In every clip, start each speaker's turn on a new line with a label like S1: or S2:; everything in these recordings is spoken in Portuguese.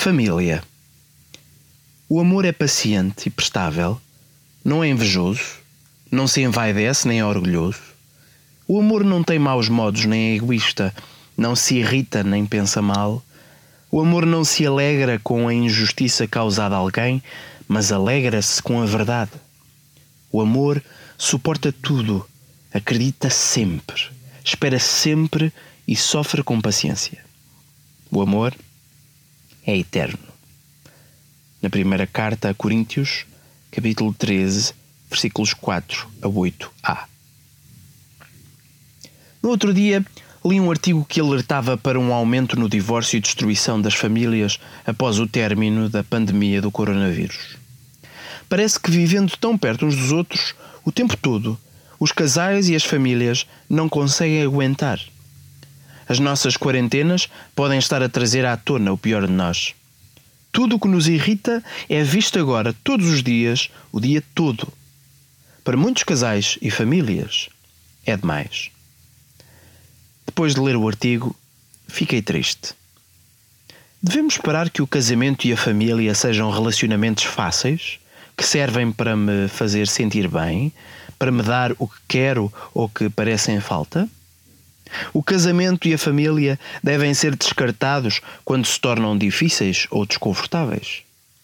S1: Família. O amor é paciente e prestável, não é invejoso, não se envaidece nem é orgulhoso. O amor não tem maus modos nem é egoísta, não se irrita nem pensa mal. O amor não se alegra com a injustiça causada a alguém, mas alegra-se com a verdade. O amor suporta tudo, acredita sempre, espera sempre e sofre com paciência. O amor é eterno. Na primeira carta a Coríntios, capítulo 13, versículos 4 a 8a. No outro dia, li um artigo que alertava para um aumento no divórcio e destruição das famílias após o término da pandemia do coronavírus. Parece que, vivendo tão perto uns dos outros, o tempo todo, os casais e as famílias não conseguem aguentar. As nossas quarentenas podem estar a trazer à tona o pior de nós. Tudo o que nos irrita é visto agora, todos os dias, o dia todo. Para muitos casais e famílias, é demais. Depois de ler o artigo, fiquei triste. Devemos esperar que o casamento e a família sejam relacionamentos fáceis, que servem para me fazer sentir bem, para me dar o que quero ou que parece em falta? O casamento e a família devem ser descartados quando se tornam difíceis ou desconfortáveis.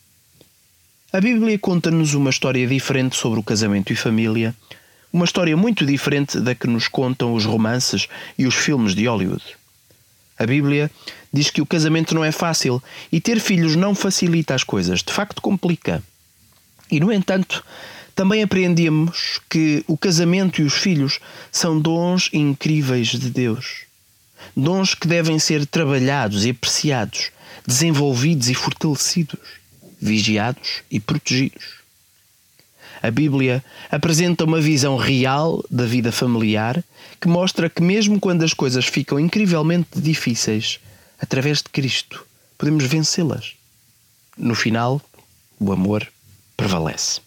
S1: A Bíblia conta-nos uma história diferente sobre o casamento e família, uma história muito diferente da que nos contam os romances e os filmes de Hollywood. A Bíblia diz que o casamento não é fácil e ter filhos não facilita as coisas, de facto complica. E, no entanto, também apreendemos que o casamento e os filhos são dons incríveis de Deus. Dons que devem ser trabalhados e apreciados, desenvolvidos e fortalecidos, vigiados e protegidos. A Bíblia apresenta uma visão real da vida familiar que mostra que mesmo quando as coisas ficam incrivelmente difíceis, através de Cristo, podemos vencê-las. No final, o amor prevalece.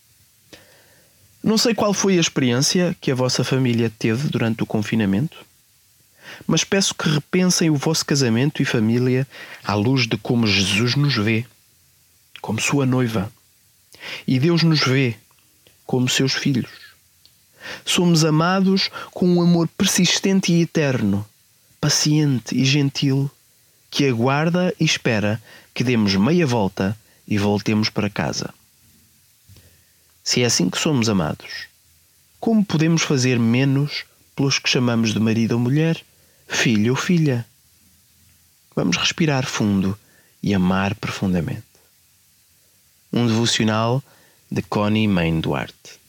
S1: Não sei qual foi a experiência que a vossa família teve durante o confinamento, mas peço que repensem o vosso casamento e família à luz de como Jesus nos vê, como sua noiva, e Deus nos vê como seus filhos. Somos amados com um amor persistente e eterno, paciente e gentil, que aguarda e espera que demos meia volta e voltemos para casa. Se é assim que somos amados, como podemos fazer menos pelos que chamamos de marido ou mulher, filho ou filha? Vamos respirar fundo e amar profundamente. Um devocional de Connie Main Duarte.